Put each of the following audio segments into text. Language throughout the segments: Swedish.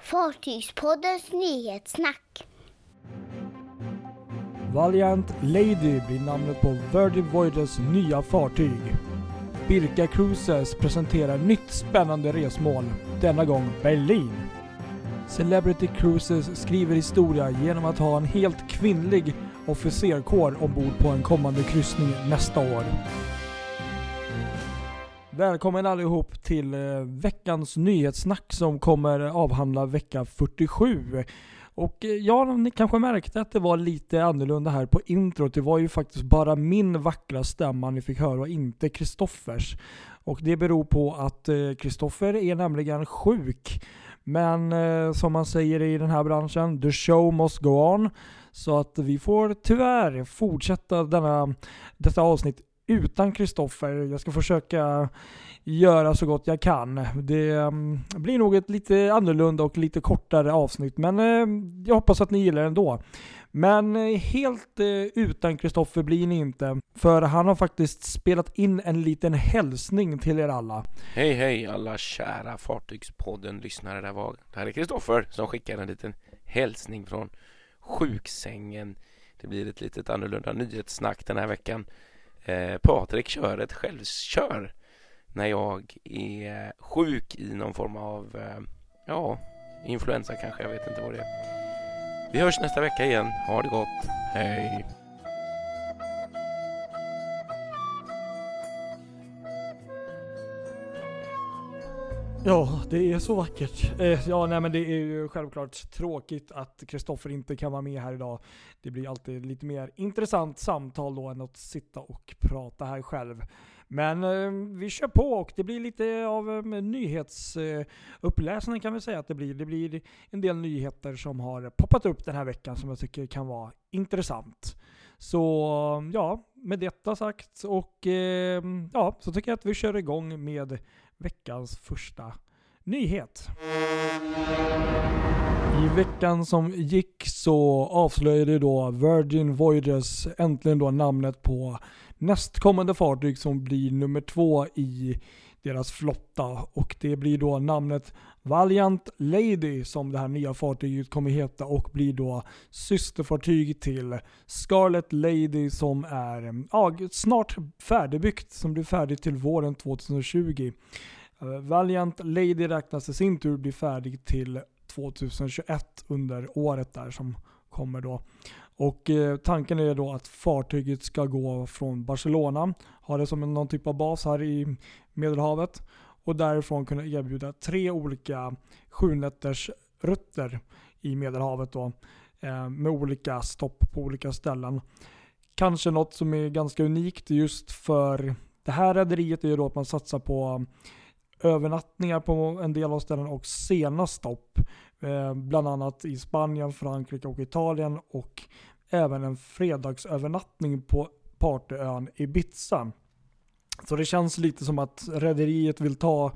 Fartygspoddens nyhetssnack. Valiant Lady blir namnet på Virgin Voyages nya fartyg. Birka Cruises presenterar nytt spännande resmål, denna gång Berlin. Celebrity Cruises skriver historia genom att ha en helt kvinnlig officerkår ombord på en kommande kryssning nästa år. Välkommen allihop till veckans nyhetssnack som kommer avhandla vecka 47. Och ja, ni kanske märkte att det var lite annorlunda här på introt. Det var ju faktiskt bara min vackra stämma ni fick höra och inte Kristoffers. Och det beror på att Kristoffer är nämligen sjuk. Men som man säger i den här branschen, the show must go on. Så att vi får tyvärr fortsätta detta avsnitt utan Kristoffer. Jag ska försöka göra så gott jag kan. Det blir nog ett lite annorlunda och lite kortare avsnitt. Men jag hoppas att ni gillar det ändå. Men helt utan Kristoffer blir ni inte. För han har faktiskt spelat in en liten hälsning till er alla. Hej alla kära Fartygspodden lyssnare. Det här är Kristoffer som skickar en liten hälsning från sjuksängen. Det blir ett litet annorlunda nyhetssnack den här veckan. Patrik kör ett självkör när jag är sjuk i någon form av influensa kanske, jag vet inte vad det är. Vi hörs nästa vecka igen, ha det gott, hej. Ja, det är så vackert. Men det är ju självklart tråkigt att Kristoffer inte kan vara med här idag. Det blir alltid lite mer intressant samtal då än att sitta och prata här själv. Men vi kör på och det blir lite av nyhetsuppläsning kan vi säga att det blir. Det blir en del nyheter som har poppat upp den här veckan som jag tycker kan vara intressant. Så ja, med detta sagt och så tycker jag att vi kör igång med veckans första nyhet. I veckan som gick så avslöjade då Virgin Voyages äntligen då namnet på nästkommande fartyg som blir nummer 2 i deras flotta. Och det blir då namnet Valiant Lady som det här nya fartyget kommer heta och blir då systerfartyg till Scarlet Lady som är snart färdigbyggt, som blir färdigt till våren 2020. Valiant Lady räknas i sin tur bli färdig till 2021 under året där som kommer då. Och tanken är då att fartyget ska gå från Barcelona, ha det som någon typ av bas här i Medelhavet och därifrån kunna erbjuda 3 olika 7-nätters rutter i Medelhavet då, med olika stopp på olika ställen. Kanske något som är ganska unikt just för det här rederiet är ju då att man satsar på övernattningar på en del av ställen och sena stopp. Bland annat i Spanien, Frankrike och Italien och även en fredagsövernattning på partyön Ibiza. Så det känns lite som att rederiet vill ta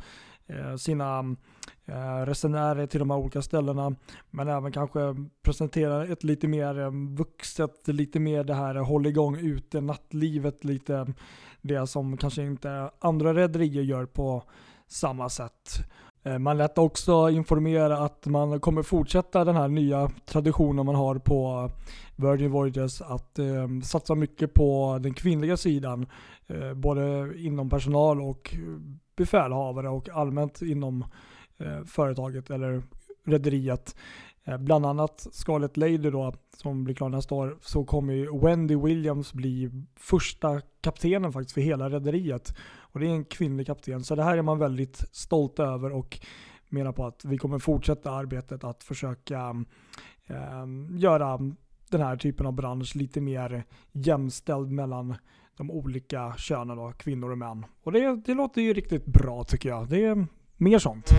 sina resenärer till de här olika ställena men även kanske presentera ett lite mer vuxet, lite mer det här håll igång ute nattlivet, lite det som kanske inte andra rederier gör på samma sätt. Man lät också informera att man kommer fortsätta den här nya traditionen man har på Virgin Voyages att satsa mycket på den kvinnliga sidan, både inom personal och befälhavare och allmänt inom företaget eller rederiet. Bland annat Scarlet Lady då, som blir klar nästa år, så kommer ju Wendy Williams bli första kaptenen faktiskt för hela rederiet. Och det är en kvinnlig kapten. Så det här är man väldigt stolt över och menar på att vi kommer fortsätta arbetet att försöka göra den här typen av bransch lite mer jämställd mellan de olika könen då, kvinnor och män. Och det låter ju riktigt bra tycker jag. Det är mer sånt.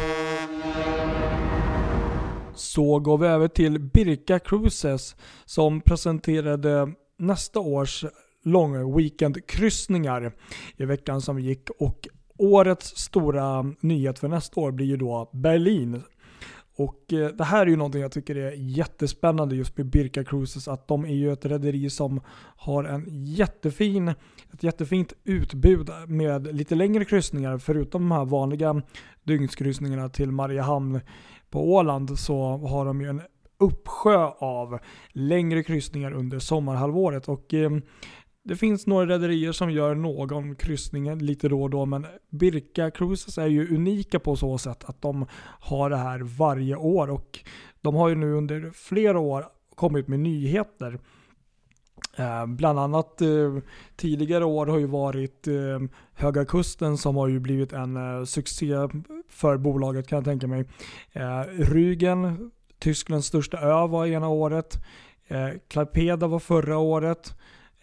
Så går vi över till Birka Cruises som presenterade nästa års långa weekendkryssningar i veckan som gick och årets stora nyhet för nästa år blir ju då Berlin. Och det här är ju någonting jag tycker är jättespännande just med Birka Cruises, att de är ju ett rederi som har ett jättefint utbud med lite längre kryssningar förutom de här vanliga dygnskryssningarna till Mariehamn på Åland så har de ju en uppsjö av längre kryssningar under sommarhalvåret och det finns några rederier som gör någon kryssning lite då och då, men Birka Cruises är ju unika på så sätt att de har det här varje år och de har ju nu under flera år kommit med nyheter. Bland annat tidigare år har ju varit Höga Kusten som har ju blivit en succé för bolaget, kan jag tänka mig. Rügen, Tysklands största ö, var ena året. Klaipeda var förra året.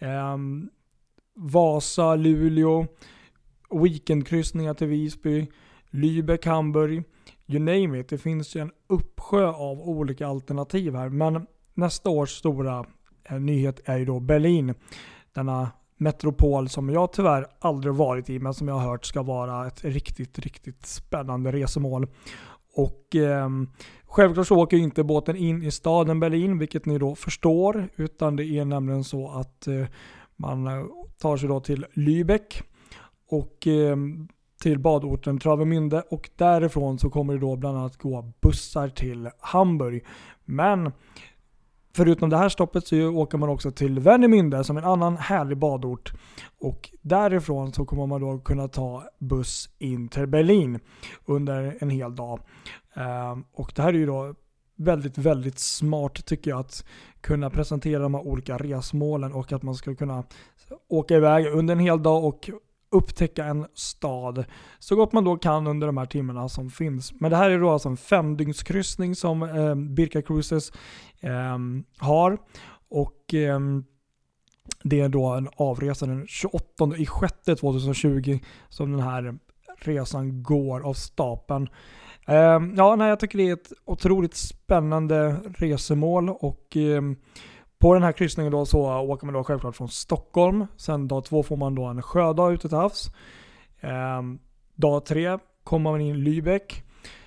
Vasa, Luleå, weekendkryssningar till Visby, Lübeck, Hamburg, you name it. Det finns ju en uppsjö av olika alternativ här, men nästa års stora nyhet är ju då Berlin, denna metropol som jag tyvärr aldrig varit i men som jag har hört ska vara ett riktigt spännande resemål. Och självklart så åker ju inte båten in i staden Berlin, vilket ni då förstår, utan det är nämligen så att man tar sig då till Lübeck och till badorten Travemünde och därifrån så kommer det då bland annat gå bussar till Hamburg. Men förutom det här stoppet så åker man också till Warnemünde som en annan härlig badort och därifrån så kommer man då kunna ta buss in till Berlin under en hel dag. Och det här är ju då väldigt smart tycker jag, att kunna presentera de här olika resmålen och att man ska kunna åka iväg under en hel dag och upptäcka en stad så gott man då kan under de här timmarna som finns. Men det här är då alltså en 5-dygnskryssning som Birka Cruises har och det är då en avresa den 28/6/2020 som den här resan går av stapeln. Jag tycker det är ett otroligt spännande resemål och på den här kryssningen då så åker man då självklart från Stockholm. Sen dag 2 får man då en sjödag ute till havs. Dag 3 kommer man in i Lübeck.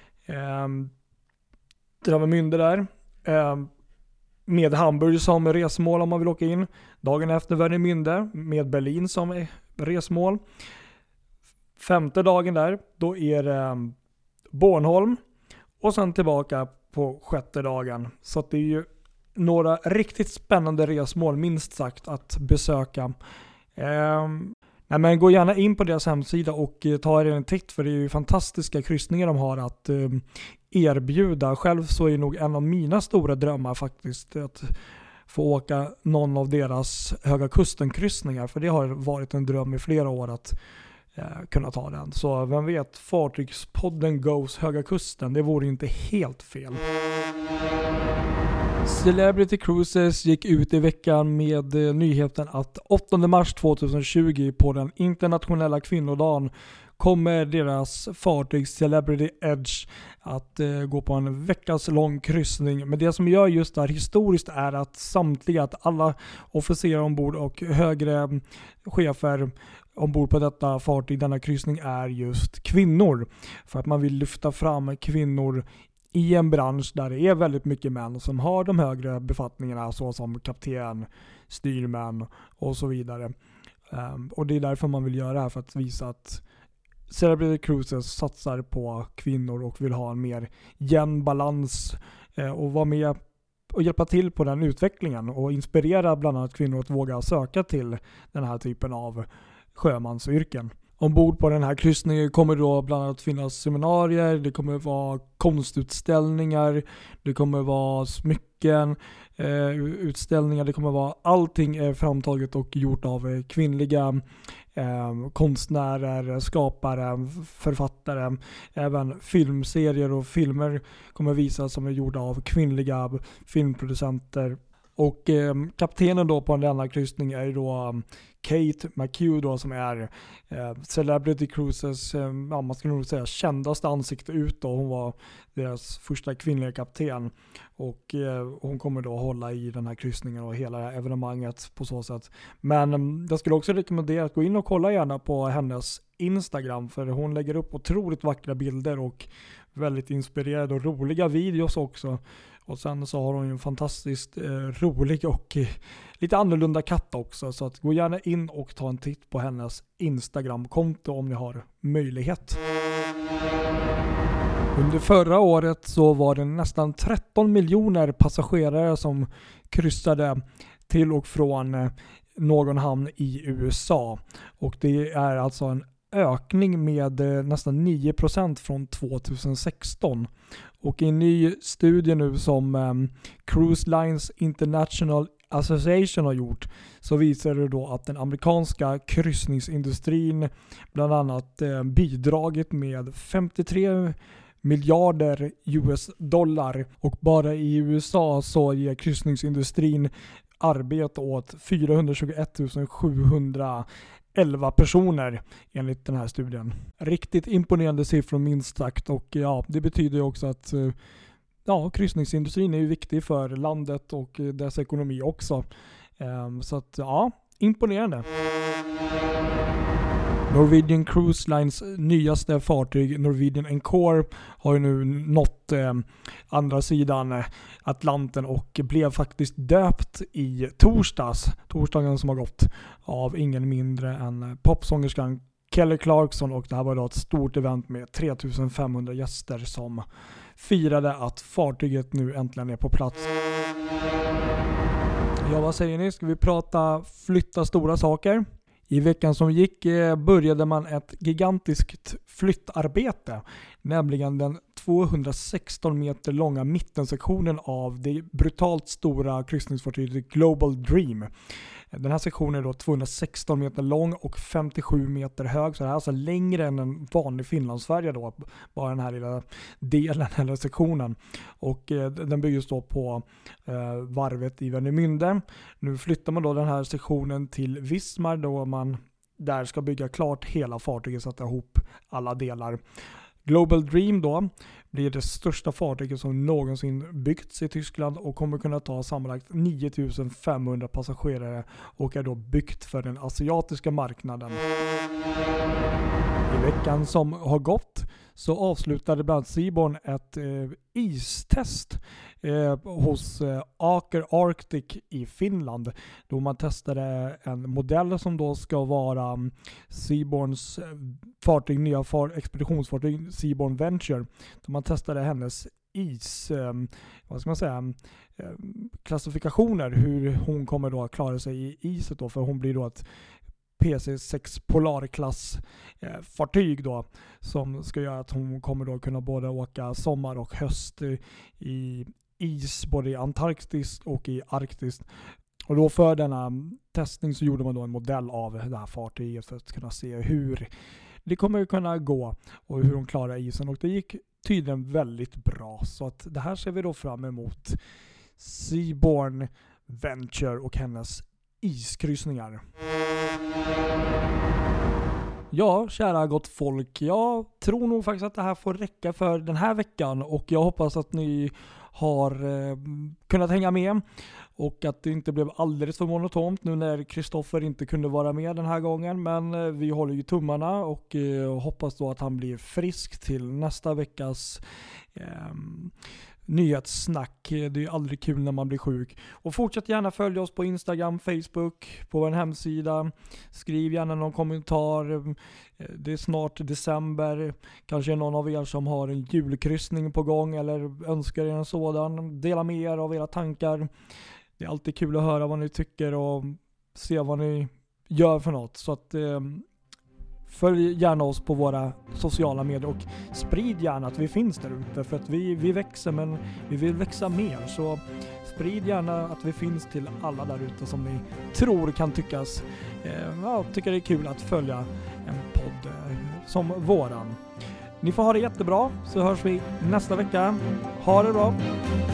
Travemünde där. Med Hamburg som resmål om man vill åka in. Dagen efter Warnemünde med Berlin som resmål. 5:e dagen där, då är det Bornholm. Och sen tillbaka på 6:e dagen. Så att det är ju några riktigt spännande resmål minst sagt att besöka. Men gå gärna in på deras hemsida och ta er en titt för det är ju fantastiska kryssningar de har att erbjuda. Själv så är nog en av mina stora drömmar faktiskt att få åka någon av deras Höga Kusten-kryssningar, för det har varit en dröm i flera år att kunna ta den. Så vem vet, Fartygspodden Goes Höga Kusten, det vore inte helt fel. Celebrity Cruises gick ut i veckan med nyheten att 8 mars 2020 på den internationella kvinnodagen kommer deras fartyg Celebrity Edge att gå på en veckas lång kryssning. Men det som gör just det här historiskt är att alla officerare ombord och högre chefer ombord på detta fartyg, denna kryssning, är just kvinnor. För att man vill lyfta fram kvinnor i en bransch där det är väldigt mycket män som har de högre befattningarna, så som kapten, styrmän och så vidare. Och det är därför man vill göra det här, för att visa att Celebrity Cruises satsar på kvinnor och vill ha en mer jämn balans och vara med och hjälpa till på den utvecklingen och inspirera bland annat kvinnor att våga söka till den här typen av sjömansyrken. Ombord på den här kryssningen kommer då bland annat finnas seminarier, det kommer vara konstutställningar, det kommer vara smycken, utställningar, det kommer vara allting framtaget och gjort av kvinnliga konstnärer, skapare, författare. Även filmserier och filmer kommer visas som är gjorda av kvinnliga filmproducenter. Och kaptenen då på denna kryssning är då Kate McHugh då, som är Celebrity Cruises, man ska nog säga, kändaste ansikte ut då. Hon var deras första kvinnliga kapten och hon kommer då hålla i den här kryssningen och hela det här evenemanget på så sätt. Men jag skulle också rekommendera att gå in och kolla gärna på hennes Instagram, för hon lägger upp otroligt vackra bilder och väldigt inspirerade och roliga videos också. Och sen så har hon ju en fantastiskt rolig och lite annorlunda katt också. Så att gå gärna in och ta en titt på hennes Instagram-konto om ni har möjlighet. Under förra året så var det nästan 13 miljoner passagerare som kryssade till och från någon hamn i USA. Och det är alltså en ökning med nästan 9% från 2016. Och i en ny studie nu som Cruise Lines International Association har gjort så visar det då att den amerikanska kryssningsindustrin bland annat bidragit med 53 miljarder US-dollar och bara i USA så ger kryssningsindustrin arbete åt 421 711 personer enligt den här studien. Riktigt imponerande siffror minst sagt, och ja, det betyder ju också att kryssningsindustrin är ju viktig för landet och dess ekonomi också. Så att ja, imponerande. Norwegian Cruise Lines nyaste fartyg Norwegian Encore har ju nu nått andra sidan Atlanten och blev faktiskt döpt i torsdagen som har gått, av ingen mindre än popsångerskan Kelly Clarkson, och det här var då ett stort event med 3500 gäster som firade att fartyget nu äntligen är på plats. Ja, vad säger ni? Ska vi prata flytta stora saker? I veckan som gick började man ett gigantiskt flyttarbete, nämligen den 216 meter långa mittensektionen av det brutalt stora kryssningsfartyget Global Dream. Den här sektionen är då 216 meter lång och 57 meter hög, så det är alltså längre än en vanlig Finlandsfärja då, bara den här lilla delen eller sektionen. Och den byggs då på varvet i Vänemünde. Nu flyttar man då den här sektionen till Wismar då man där ska bygga klart hela fartyget, sätta ihop alla delar. Global Dream då blir det största fartyget som någonsin byggts i Tyskland och kommer kunna ta sammanlagt 9500 passagerare och är då byggt för den asiatiska marknaden. I veckan som har gått så avslutade bland annat Seaborn ett istest hos Aker Arctic i Finland, då man testade en modell som då ska vara Seaborns nya expeditionsfartyg Seaborn Venture. Då man testade hennes klassifikationer, hur hon kommer då klara sig i iset då, för hon blir då ett PC6 Polarklass fartyg då, som ska göra att hon kommer då kunna både åka sommar och höst i is, både i Antarktis och i Arktis. Och då för denna testning så gjorde man då en modell av det här fartyget för att kunna se hur det kommer kunna gå och hur hon klarar isen, och det gick tydligen väldigt bra. Så att det här ser vi då fram emot Seaborn Venture och hennes iskryssningar. Ja, kära gott folk. Jag tror nog faktiskt att det här får räcka för den här veckan, och jag hoppas att ni har kunnat hänga med och att det inte blev alldeles för monotont nu när Kristoffer inte kunde vara med den här gången. Men vi håller ju tummarna och hoppas då att han blir frisk till nästa veckas nyhetssnack. Det är aldrig kul när man blir sjuk. Och fortsätt gärna följa oss på Instagram, Facebook, på vår hemsida. Skriv gärna någon kommentar. Det är snart december. Kanske någon av er som har en julkryssning på gång eller önskar er en sådan. Dela med er av era tankar. Det är alltid kul att höra vad ni tycker och se vad ni gör för något. Så att följ gärna oss på våra sociala medier och sprid gärna att vi finns där ute, för att vi växer, men vi vill växa mer. Så sprid gärna att vi finns till alla där ute som ni tror kan tycka det är kul att följa en podd som våran. Ni får ha det jättebra, så hörs vi nästa vecka. Ha det bra!